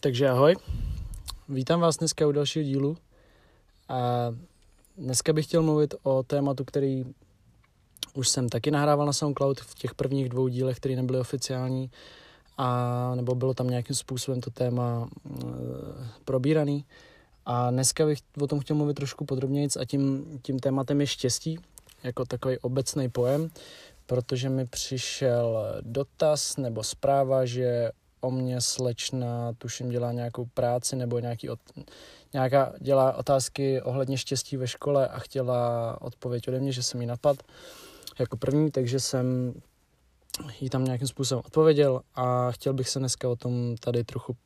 Takže ahoj, vítám vás dneska u dalšího dílu a dneska bych chtěl mluvit o tématu, který už jsem taky nahrával na SoundCloud v těch prvních 2 dílech, které nebyly oficiální, a nebo bylo tam nějakým způsobem to téma probíraný. A dneska bych o tom chtěl mluvit trošku podrobněji a tím tématem je štěstí, jako takový obecný pojem, protože mi přišel dotaz nebo zpráva, že o mě slečna, tuším, dělá nějakou práci nebo nějaká dělá otázky ohledně štěstí ve škole a chtěla odpověď ode mě, že jsem jí napadl jako první, takže jsem jí tam nějakým způsobem odpověděl a chtěl bych se dneska o tom tady trochu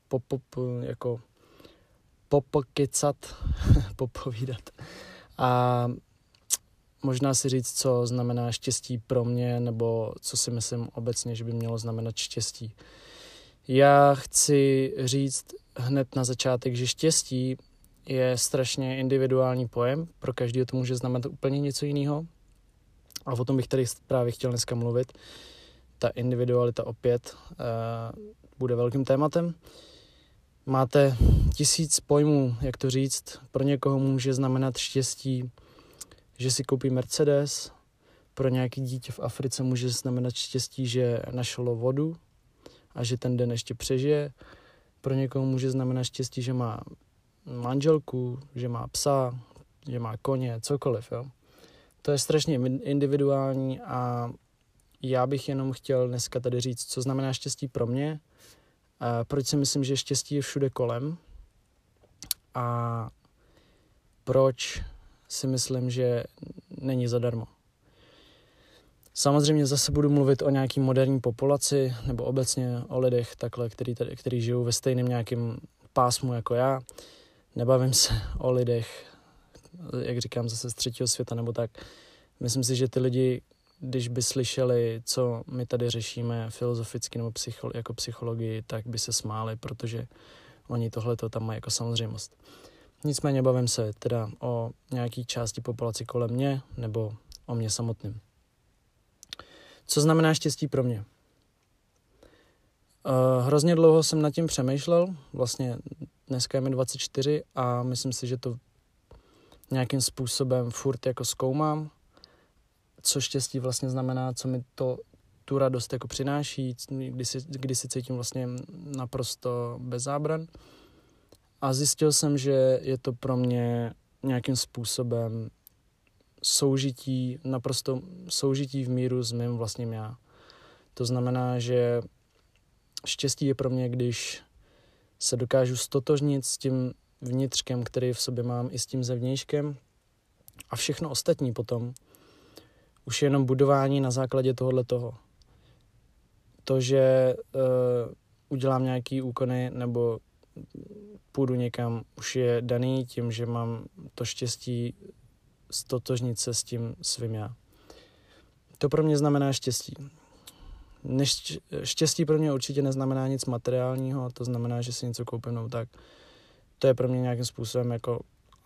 popovídat a možná si říct, co znamená štěstí pro mě, nebo co si myslím obecně, že by mělo znamenat štěstí. Já chci říct hned na začátek, že štěstí je strašně individuální pojem, pro každého to může znamenat úplně něco jiného a o tom bych tady právě chtěl dneska mluvit. Ta individualita opět bude velkým tématem. Máte 1000 pojmů, jak to říct. Pro někoho může znamenat štěstí, že si koupí Mercedes, pro nějaký dítě v Africe může znamenat štěstí, že našlo vodu a že ten den ještě přežije. Pro někoho může znamenat štěstí, že má manželku, že má psa, že má koně, cokoliv. Jo? To je strašně individuální a já bych jenom chtěl dneska tady říct, co znamená štěstí pro mě, a proč si myslím, že štěstí je všude kolem a proč si myslím, že není zadarmo. Samozřejmě zase budu mluvit o nějaký moderní populaci nebo obecně o lidech takhle, který žijou ve stejném nějakém pásmu jako já. Nebavím se o lidech, jak říkám, zase z třetího světa nebo tak. Myslím si, že ty lidi, když by slyšeli, co my tady řešíme filozoficky nebo jako psychologii, tak by se smáli, protože oni tohleto tam mají jako samozřejmost. Nicméně bavím se teda o nějaký části populace kolem mě nebo o mě samotným. Co znamená štěstí pro mě? Hrozně dlouho jsem nad tím přemýšlel, vlastně dneska je mi 24 a myslím si, že to nějakým způsobem furt jako zkoumám, co štěstí vlastně znamená, co mi to tu radost jako přináší, kdy si cítím vlastně naprosto bez zábran. A zjistil jsem, že je to pro mě nějakým způsobem naprosto soužití v míru s mým vlastním já. To znamená, že štěstí je pro mě, když se dokážu stotožnit s tím vnitřkem, který v sobě mám, i s tím zevnějškem a všechno ostatní potom už je jenom budování na základě tohoto. To, že udělám nějaký úkony nebo půjdu někam, už je daný tím, že mám to štěstí stotožnit se s tím svým já. To pro mě znamená štěstí. Štěstí pro mě určitě neznamená nic materiálního, to znamená, že si něco koupím, no tak to je pro mě nějakým způsobem jako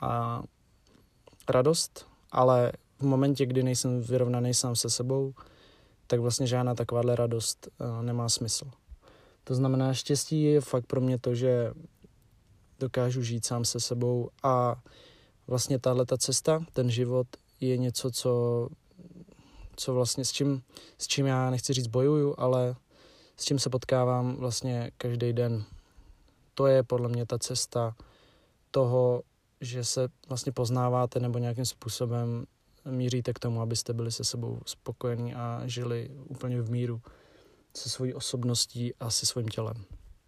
radost, ale v momentě, kdy nejsem vyrovnaný sám se sebou, tak vlastně žádná takováhle radost nemá smysl. To znamená, štěstí je fakt pro mě to, že dokážu žít sám se sebou a vlastně tahleta cesta, ten život je něco, co vlastně s čím já nechci říct bojuju, ale s čím se potkávám vlastně každý den. To je podle mě ta cesta toho, že se vlastně poznáváte nebo nějakým způsobem míříte k tomu, abyste byli se sebou spokojení a žili úplně v míru se svojí osobností a se svým tělem.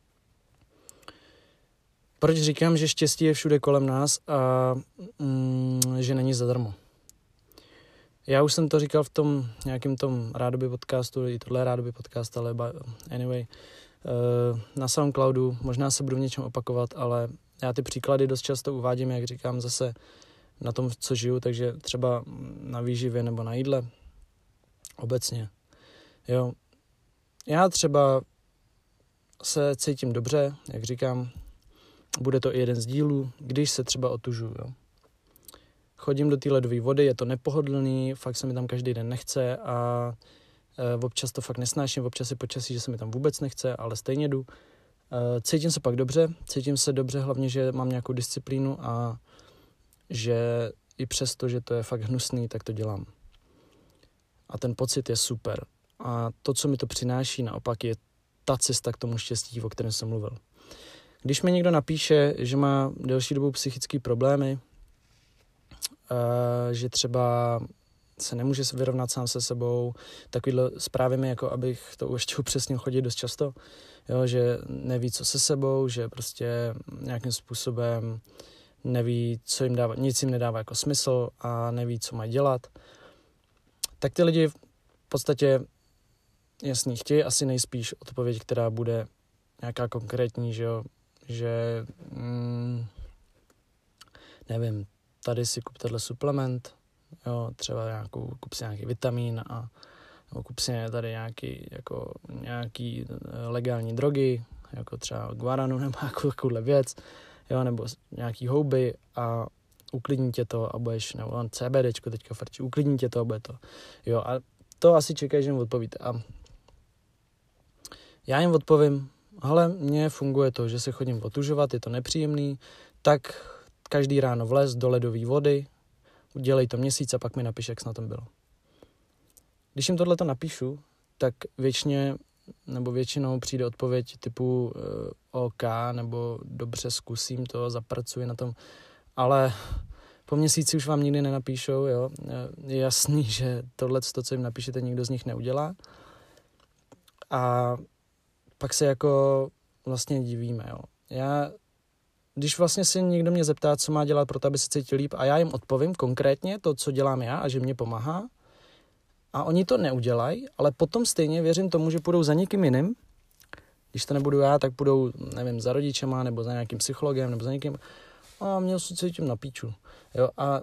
Proč říkám, že štěstí je všude kolem nás a že není zadarmo? Já už jsem to říkal v tom nějakým tom rádoby podcastu, i tohle rádoby podcast, ale anyway, na SoundCloudu, možná se budu v něčem opakovat, ale já ty příklady dost často uvádím, jak říkám, zase na tom, co žiju, takže třeba na výživě nebo na jídle, obecně. Jo. Já třeba se cítím dobře, jak říkám, bude to i jeden z dílů, když se třeba otužuju. Jo. Chodím do té ledové vody, je to nepohodlný, fakt se mi tam každý den nechce a občas to fakt nesnáším, občas je počasí, že se mi tam vůbec nechce, ale stejně jdu. Cítím se pak dobře hlavně, že mám nějakou disciplínu a že i přesto, že to je fakt hnusný, tak to dělám. A ten pocit je super. A to, co mi to přináší, naopak je ta cesta k tomu štěstí, o kterém jsem mluvil. Když mi někdo napíše, že má delší dobu psychické problémy, že třeba se nemůže vyrovnat sám se sebou, takovýhle zprávy mi, jako abych to ještě upřesnil, chodit dost často, jo, že neví, co se sebou, že prostě nějakým způsobem neví, co jim dává, nic jim nedává jako smysl a neví, co mají dělat, tak ty lidi v podstatě jasný, chtějí asi nejspíš odpověď, která bude nějaká konkrétní, že jo, že nevím, tady si kup tenhle suplement, jo, třeba kup si nějaký vitamin a kup si tady nějaký legální drogy, jako třeba guaranu nebo takovouhle věc, jo, nebo nějaký houby a uklidní tě to a budeš, nebo CBDčko teďka frčí, uklidní tě to a bude to, jo, a to asi čekají, že jim odpovíte a já jim odpovím, hele, mně funguje to, že se chodím otužovat, je to nepříjemný, tak každý ráno vlez do ledové vody, udělej to měsíc a pak mi napiš, jak jsi na tom byl. Když jim tohleto napíšu, tak většinou přijde odpověď typu OK, nebo dobře, zkusím to, zapracuji na tom, ale po měsíci už vám nikdy nenapíšou, jo. Je jasný, že tohleto, co jim napíšete, nikdo z nich neudělá. A pak se jako vlastně divíme, jo. Když vlastně si někdo mě zeptá, co má dělat pro to, aby se cítil líp, a já jim odpovím konkrétně to, co dělám já a že mě pomáhá, a oni to neudělají, ale potom stejně věřím tomu, že půjdou za někým jiným. Když to nebudu já, tak půjdou, nevím, za rodičema, nebo za nějakým psychologem, nebo za někým. A mě se cítím na píču. Jo, a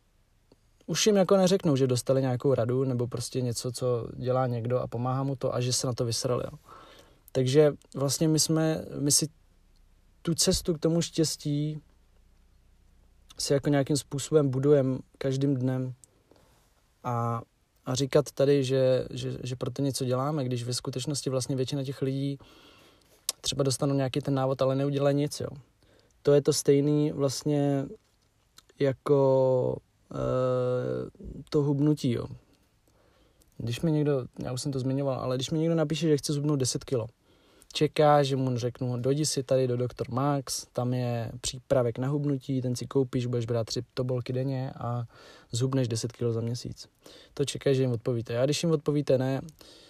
už jim jako neřeknou, že dostali nějakou radu, nebo prostě něco, co dělá někdo a pomáhá mu to a že se na to vysrali. Jo. Takže vlastně my si tu cestu k tomu štěstí si jako nějakým způsobem budujeme každým dnem a říkat tady, že pro to něco děláme, když ve skutečnosti vlastně většina těch lidí třeba dostanou nějaký ten návod, ale neudělají nic, jo. To je to stejný vlastně jako to hubnutí, jo. Když mi někdo, já už jsem to zmiňoval, ale když mi někdo napíše, že chce zhubnout 10 kilo, čeká, že mu řeknu, dojdi si tady do Dr. Max, tam je přípravek na hubnutí, ten si koupíš, budeš brát 3 tobolky denně a zhubneš 10 kg za měsíc. To čeká, že jim odpovíte. A když jim odpovíte ne,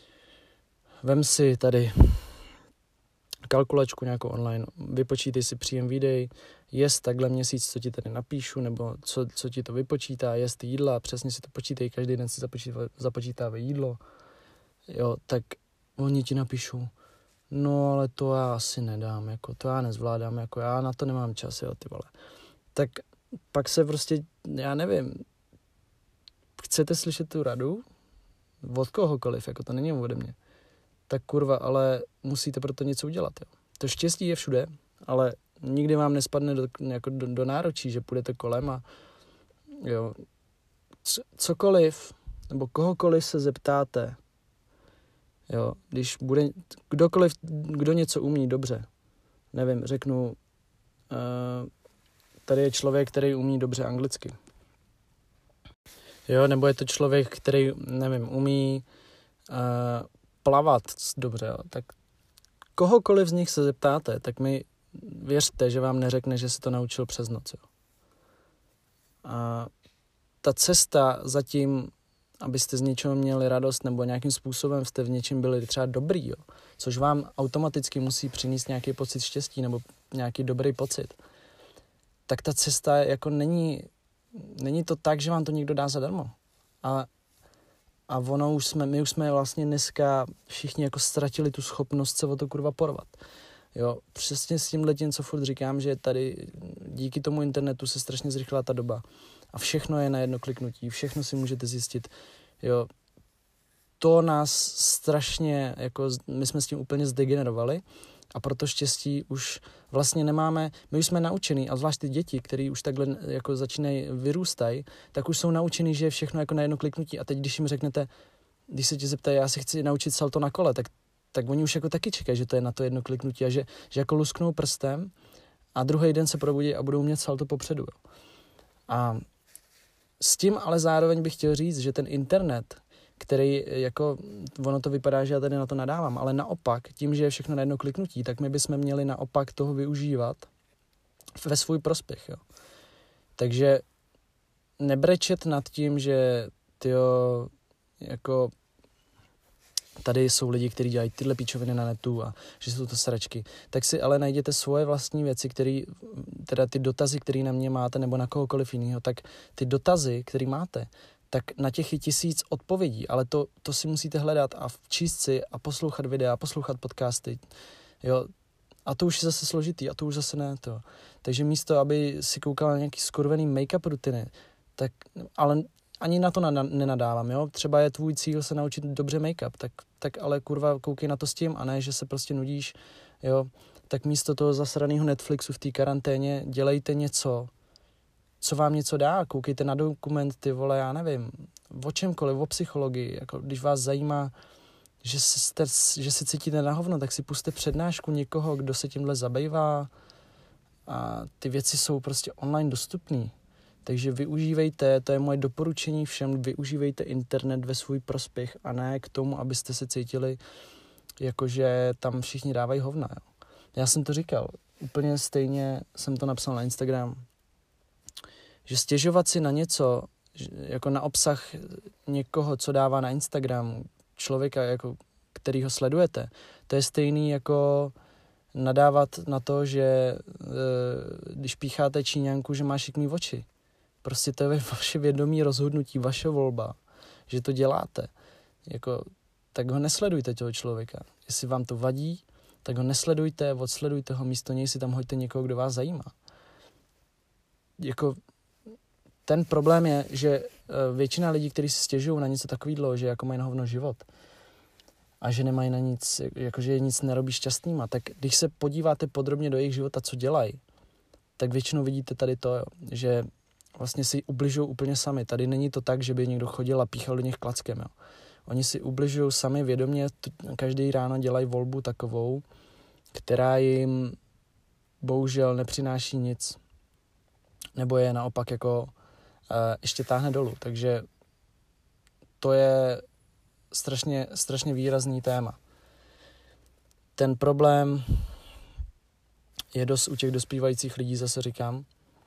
vem si tady kalkulačku nějakou online, vypočítej si příjem výdej, jest takhle měsíc, co ti tady napíšu, nebo co ti to vypočítá, jest jídla, přesně si to počítej, každý den si započítávají jídlo, jo, tak oni ti napíšou, no ale to já asi nedám, jako to já nezvládám, jako já na to nemám čas, jo, ty vole. Tak pak se prostě, já nevím, chcete slyšet tu radu? Od kohokoliv, jako to není ode mě. Tak kurva, ale musíte pro to něco udělat, jo. To štěstí je všude, ale nikdy vám nespadne do náručí, že půjdete kolem a jo, cokoliv, nebo kohokoliv se zeptáte, jo, když bude kdokoliv, kdo něco umí dobře, nevím, řeknu, tady je člověk, který umí dobře anglicky. Jo, nebo je to člověk, který, nevím, umí plavat dobře, jo. Tak kohokoliv z nich se zeptáte, tak mi věřte, že vám neřekne, že se to naučil přes noc, jo. A ta cesta zatím, abyste z něčeho měli radost nebo nějakým způsobem jste v něčem byli třeba dobrý, jo, což vám automaticky musí přinést nějaký pocit štěstí nebo nějaký dobrý pocit, tak ta cesta jako není to tak, že vám to někdo dá zadarmo. A my už jsme vlastně dneska všichni jako ztratili tu schopnost se o to kurva porvat. Jo, přesně s tímhletím, co furt říkám, že tady díky tomu internetu se strašně zrychlila ta doba. A všechno je na jedno kliknutí, všechno si můžete zjistit. Jo, to nás strašně, jako my jsme s tím úplně zdegenerovali a proto štěstí už vlastně nemáme, my už jsme naučený, a zvlášť ty děti, které už takhle jako začínají vyrůstají, tak už jsou naučený, že je všechno jako na jedno kliknutí a teď, když jim řeknete, když se tě zeptají, já se chci naučit salto na kole, tak tak oni už jako taky čekají, že to je na to jedno kliknutí a že jako lusknou prstem a druhý den se probudí a budou mít salto popředu. Jo. A s tím ale zároveň bych chtěl říct, že ten internet, který jako, ono to vypadá, že já tady na to nadávám, ale naopak, tím, že je všechno na jedno kliknutí, tak my bychom měli naopak toho využívat ve svůj prospěch, jo. Takže nebrečet nad tím, že jako tady jsou lidi, kteří dělají tyhle píčoviny na netu a že jsou to sračky, tak si ale najděte svoje vlastní věci, teda ty dotazy, které na mě máte, nebo na kohokoliv jiného, tak ty dotazy, které máte, tak na těch je 1000 odpovědí, ale to si musíte hledat a číst si a poslouchat videa, poslouchat podcasty, jo, a to už je zase složitý a to už zase ne to. Takže místo, aby si koukal na nějaký skurvený make-up rutiny, tak, ale ani na to nenadávám, jo. Třeba je tvůj cíl se naučit dobře make-up, tak ale kurva koukej na to s tím a ne, že se prostě nudíš, jo. Tak místo toho zasraného Netflixu v té karanténě dělejte něco, co vám něco dá, koukejte na dokument, ty vole, já nevím, o čemkoliv, o psychologii, jako když vás zajímá, že se cítíte na hovno, tak si puste přednášku někoho, kdo se tímhle zabývá a ty věci jsou prostě online dostupný. Takže využívejte, to je moje doporučení všem, využívejte internet ve svůj prospěch a ne k tomu, abyste se cítili, jakože tam všichni dávají hovna. Jo. Já jsem to říkal, úplně stejně jsem to napsal na Instagram, že stěžovat si na něco, jako na obsah někoho, co dává na Instagram, člověka, jako, kterýho sledujete, to je stejný jako nadávat na to, že když pícháte Číňanku, že má šikmý oči. Prostě to je vaše vědomí rozhodnutí, vaše volba, že to děláte. Jako, tak ho nesledujte toho člověka. Jestli vám to vadí, tak ho nesledujte, odsledujte ho, místo něj si tam hoďte někoho, kdo vás zajímá. Jako, ten problém je, že většina lidí, kteří si stěžují na něco takového, že jako mají na hovno život a že nemají na nic, jakože nic nerobí šťastnýma, tak když se podíváte podrobně do jejich života, co dělají, tak většinou vidíte tady to, jo, že vlastně si ubližují úplně sami. Tady není to tak, že by někdo chodil a píchal do nich klackem. Jo. Oni si ubližují sami vědomě, každý ráno dělají volbu takovou, která jim bohužel nepřináší nic. Nebo je naopak jako ještě táhne dolů. Takže to je strašně výrazný téma. Ten problém je dost u těch dospívajících lidí, zase říkám.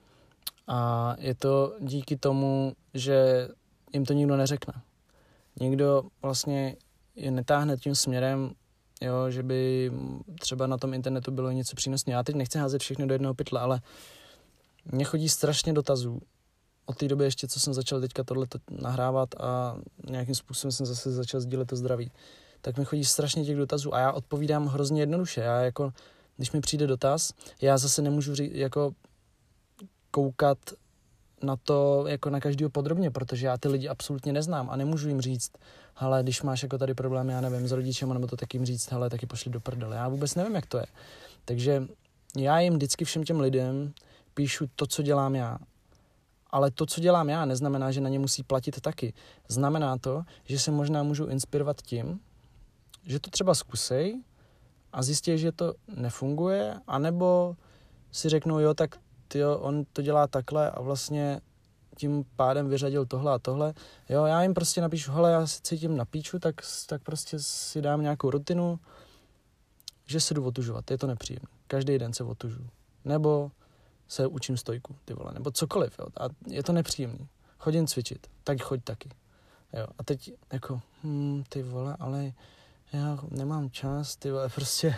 A je to díky tomu, že jim to nikdo neřekne. Nikdo vlastně je netáhne tím směrem, jo, že by třeba na tom internetu bylo něco přínosné. Já teď nechci házet všechno do jednoho pytle, ale mně chodí strašně dotazů. Od té doby ještě, co jsem začal teďka tohleto nahrávat a nějakým způsobem jsem zase začal sdílet to zdraví, tak mi chodí strašně těch dotazů a já odpovídám hrozně jednoduše. Já jako, když mi přijde dotaz, já zase nemůžu jako koukat na to jako na každého podrobně, protože já ty lidi absolutně neznám a nemůžu jim říct, hele, když máš jako tady problém, já nevím, s rodičem, nebo to tak jim říct, hele, taky pošli do prdele. Já vůbec nevím, jak to je. Takže já jim vždycky všem těm lidem píšu to, co dělám já. Ale to, co dělám já, neznamená, že na ně musí platit taky. Znamená to, že se možná můžu inspirovat tím, že to třeba zkusej a zjistí, že to nefunguje, anebo si řeknou, jo, tak tyjo, on to dělá takhle a vlastně tím pádem vyřadil tohle a tohle. Jo, já jim prostě napíšu, hele, já se cítím na píču, tak prostě si dám nějakou rutinu, že se jdu otužovat. Je to nepříjemné. Každý den se otužu. Nebo se učím stojku, ty vole, nebo cokoliv, jo. A je to nepříjemný. Chodím cvičit, tak choď taky. Jo. A teď jako, ty vole, ale já nemám čas, ty vole, prostě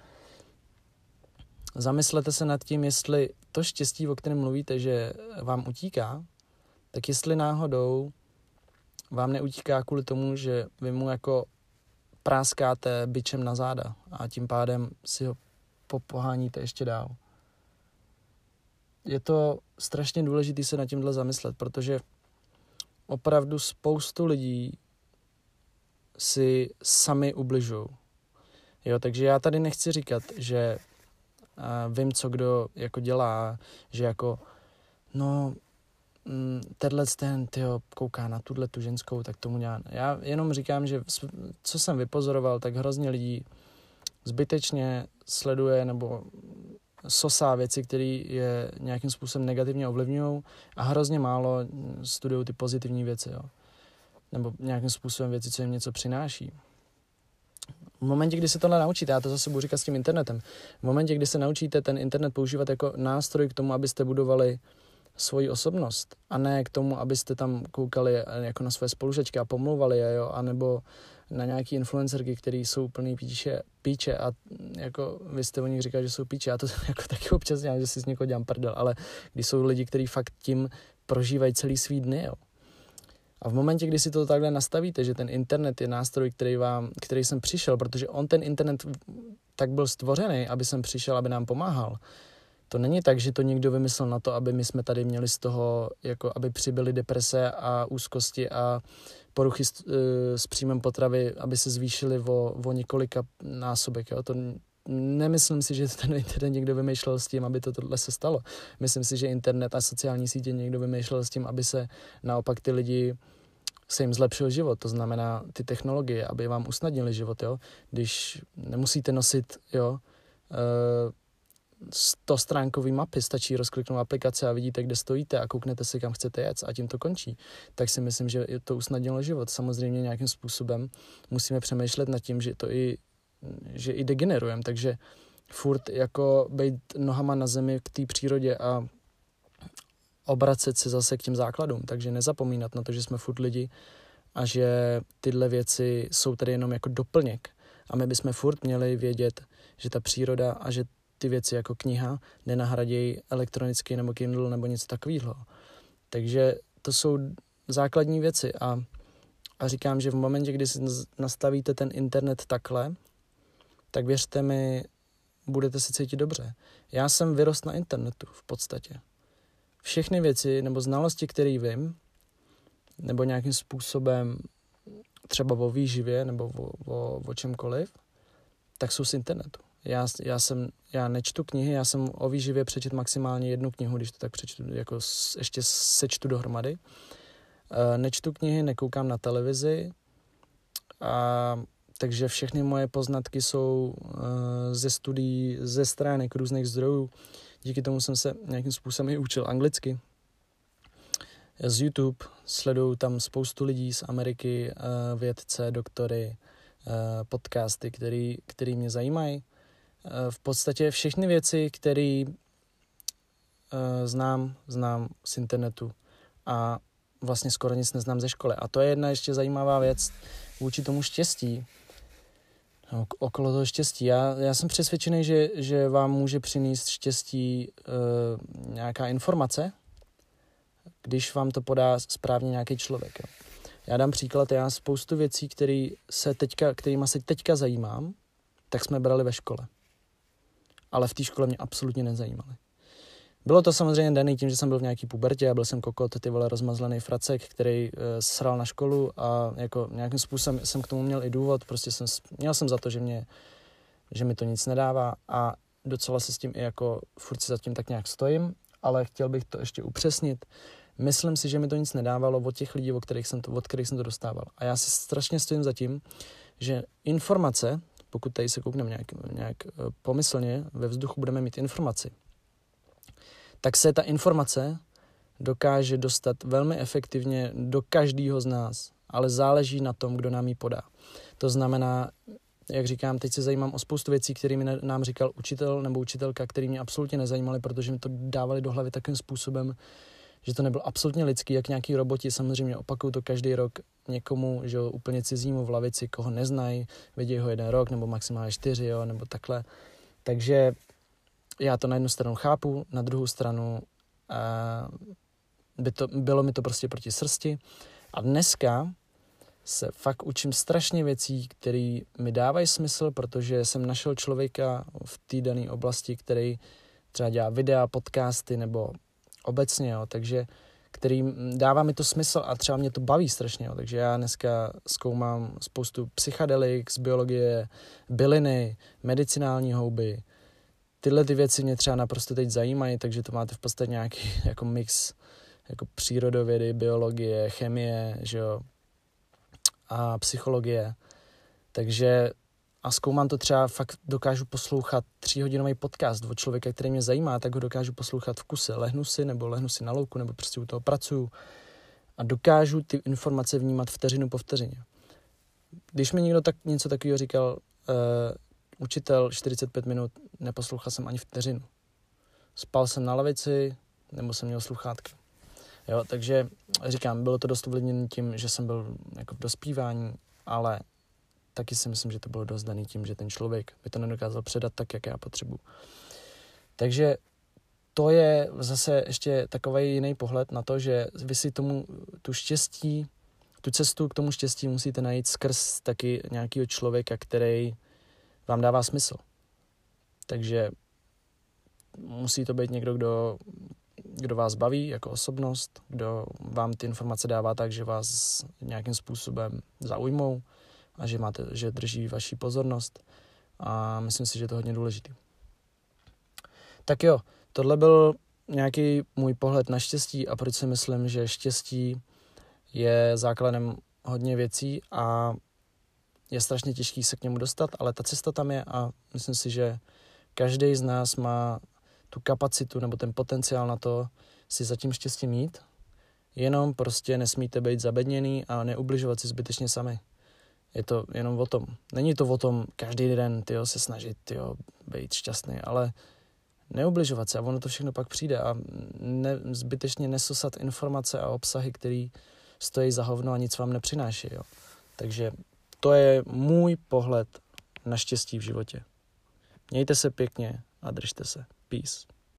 zamyslete se nad tím, jestli to štěstí, o kterém mluvíte, že vám utíká, tak jestli náhodou vám neutíká kvůli tomu, že vy mu jako práskáte bičem na záda a tím pádem si ho poháníte ještě dál. Je to strašně důležité se nad tímhle zamyslet, protože opravdu spoustu lidí si sami ubližují. Jo, takže já tady nechci říkat, že vím, co kdo jako dělá, že jako, no, ten kouká na tu ženskou, tak tomu já jenom říkám, že co jsem vypozoroval, tak hrozně lidí zbytečně sleduje nebo sosá věci, které je nějakým způsobem negativně ovlivňují a hrozně málo studují ty pozitivní věci, jo. Nebo nějakým způsobem věci, co jim něco přináší. V momentě, kdy se tohle naučíte, já to zase budu říkat s tím internetem, v momentě, kdy se naučíte ten internet používat jako nástroj k tomu, abyste budovali svoji osobnost a ne k tomu, abyste tam koukali jako na své spolužačky a pomlouvali je, jo, anebo na nějaký influencerky, který jsou plný píče a jako vy jste o nich říkali, že jsou píče, já to jako taky občas dělám, že si z někoho dělám prdel, ale když jsou lidi, kteří fakt tím prožívají celý svý dny, jo. A v momentě, kdy si to takhle nastavíte, že ten internet je nástroj, který jsem přišel, protože on ten internet tak byl stvořený, aby jsem přišel, aby nám pomáhal. To není tak, že to někdo vymyslel na to, aby my jsme tady měli z toho, jako aby přibyly deprese a úzkosti a poruchy s příjmem potravy, aby se zvýšily o několika násobek. Jo? To nemyslím si, že ten internet někdo vymýšlel s tím, aby tohle se stalo. Myslím si, že internet a sociální sítě někdo vymýšlel s tím, aby se naopak ty lidi se jim zlepšil život. To znamená ty technologie, aby vám usnadnili život. Jo? Když nemusíte nosit 100stránkový mapy, stačí rozkliknout aplikace a vidíte, kde stojíte a kouknete si, kam chcete jet a tím to končí. Tak si myslím, že to usnadnilo život. Samozřejmě nějakým způsobem musíme přemýšlet nad tím, že i degenerujeme, takže furt jako být nohama na zemi k té přírodě a obracet se zase k těm základům, takže nezapomínat na to, že jsme furt lidi a že tyhle věci jsou tady jenom jako doplněk a my bychom furt měli vědět, že ta příroda a že ty věci jako kniha nenahradějí elektronický nebo Kindle nebo něco takového. Takže to jsou základní věci a říkám, že v momentě, kdy si nastavíte ten internet takhle, tak věřte mi, budete se cítit dobře. Já jsem vyrost na internetu v podstatě. Všechny věci nebo znalosti, které vím, nebo nějakým způsobem třeba o výživě nebo o čemkoliv, tak jsou z internetu. Já nečtu knihy, já jsem o výživě přečet maximálně 1 knihu, když to tak přečtu, jako ještě sečtu dohromady. Nečtu knihy, nekoukám na televizi, takže všechny moje poznatky jsou ze studií, ze stránek různých zdrojů. Díky tomu jsem se nějakým způsobem i učil anglicky. Z YouTube sleduju tam spoustu lidí z Ameriky, vědce, doktory, podcasty, který mě zajímají. V podstatě všechny věci, které znám z internetu a vlastně skoro nic neznám ze školy. A to je jedna ještě zajímavá věc vůči tomu štěstí. Okolo toho štěstí. Já jsem přesvědčený, že vám může přinést štěstí nějaká informace, když vám to podá správně nějaký člověk. Jo. Já dám příklad, já spoustu věcí, kterýma se teďka zajímám, tak jsme brali ve škole. Ale v té škole mě absolutně nezajímaly. Bylo to samozřejmě daný tím, že jsem byl v nějaký pubertě a byl jsem kokot, rozmazlený fracek, který sral na školu a jako nějakým způsobem jsem k tomu měl i důvod, prostě měl jsem za to, že mi to nic nedává a docela se s tím i jako furt si za tím tak nějak stojím, ale chtěl bych to ještě upřesnit. Myslím si, že mi to nic nedávalo od těch lidí, od kterých jsem to dostával. A já si strašně stojím za tím, že informace, pokud tady se koukneme nějak pomyslně, ve vzduchu budeme mít informaci, tak se ta informace dokáže dostat velmi efektivně do každého z nás, ale záleží na tom, kdo nám ji podá. To znamená, jak říkám, teď se zajímám o spoustu věcí, kterými nám říkal učitel nebo učitelka, který mě absolutně nezajímaly, protože mi to dávali do hlavy takým způsobem, že to nebylo absolutně lidský, jak nějaký roboti, samozřejmě opakují to každý rok někomu, že jo, úplně cizímu v lavici, koho neznají, vidí ho 1 rok nebo maximálně 4, jo, nebo takhle. Takže já to na jednu stranu chápu, na druhou stranu bylo mi to prostě proti srsti. A dneska se fakt učím strašně věcí, které mi dávají smysl, protože jsem našel člověka v té dané oblasti, který třeba dělá videa, podcasty nebo obecně, jo, takže který dává mi to smysl a třeba mě to baví strašně, jo, takže já dneska zkoumám spoustu psychedelik, z biologie, byliny, medicinální houby. Tyhle ty věci mě třeba naprosto teď zajímají, takže to máte v podstatě nějaký jako mix jako přírodovědy, biologie, chemie, že jo, a psychologie. Takže a zkoumám to třeba, fakt dokážu poslouchat 3hodinový podcast od člověka, který mě zajímá, tak ho dokážu poslouchat v kuse. Lehnu si na louku, nebo prostě u toho pracuju a dokážu ty informace vnímat vteřinu po vteřině. Když mi někdo něco takového říkal, učitel 45 minut, neposlouchal jsem ani vteřinu. Spal jsem na lavici, nebo jsem měl sluchátka. Jo, takže říkám, bylo to dost ovlivněné tím, že jsem byl jako v dospívání, ale taky si myslím, že to bylo dost daný tím, že ten člověk by to nedokázal předat tak, jak já potřebuji. Takže to je zase ještě takový jiný pohled na to, že vy si tu cestu k tomu štěstí musíte najít skrz taky nějakého člověka, který vám dává smysl. Takže musí to být někdo, kdo vás baví jako osobnost, kdo vám ty informace dává tak, že vás nějakým způsobem zaujmou a že drží vaši pozornost. A myslím si, že je to hodně důležitý. Tak jo, tohle byl nějaký můj pohled na štěstí a proč si myslím, že štěstí je základem hodně věcí a je strašně těžký se k němu dostat, ale ta cesta tam je a myslím si, že každý z nás má tu kapacitu nebo ten potenciál na to si za tím štěstím jít, jenom prostě nesmíte být zabedněný a neubližovat si zbytečně sami. Je to jenom o tom. Není to o tom každý den se snažit být šťastný, ale neubližovat se a ono to všechno pak přijde a zbytečně nesosat informace a obsahy, které stojí za hovno a nic vám nepřináší. Jo. Takže to je můj pohled na štěstí v životě. Mějte se pěkně a držte se. Peace.